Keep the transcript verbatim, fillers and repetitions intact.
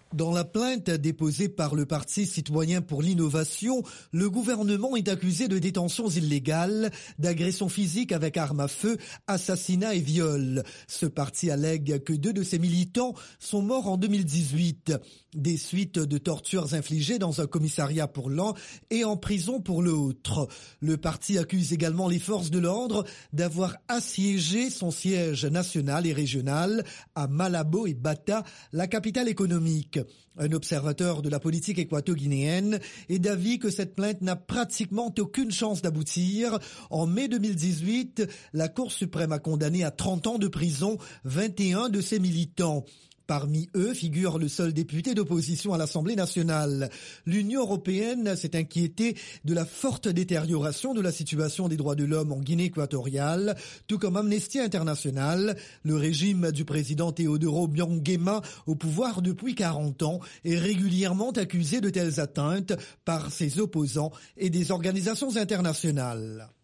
Dans la plainte déposée par le Parti citoyen pour l'innovation, le gouvernement est accusé de détentions illégales, d'agressions physiques avec armes à feu, assassinats et viols. Ce parti allègue que deux de ses militants sont morts en deux mille dix-huit, des suites de tortures infligées dans un commissariat pour l'un et en prison pour l'autre. Le parti accuse également les forces de l'ordre d'avoir assiégé son siège national et régional à Malabo et Bata, la capitale économique. Un observateur de la politique équato-guinéenne est d'avis que cette plainte n'a pratiquement aucune chance d'aboutir. En mai deux mille dix-huit, la Cour suprême a condamné à trente ans de prison vingt et un de ses militants. Parmi eux figure le seul député d'opposition à l'Assemblée nationale. L'Union européenne s'est inquiétée de la forte détérioration de la situation des droits de l'homme en Guinée équatoriale, tout comme Amnesty International. Le régime du président Teodoro Obiang-Nguema, au pouvoir depuis quarante ans, est régulièrement accusé de telles atteintes par ses opposants et des organisations internationales.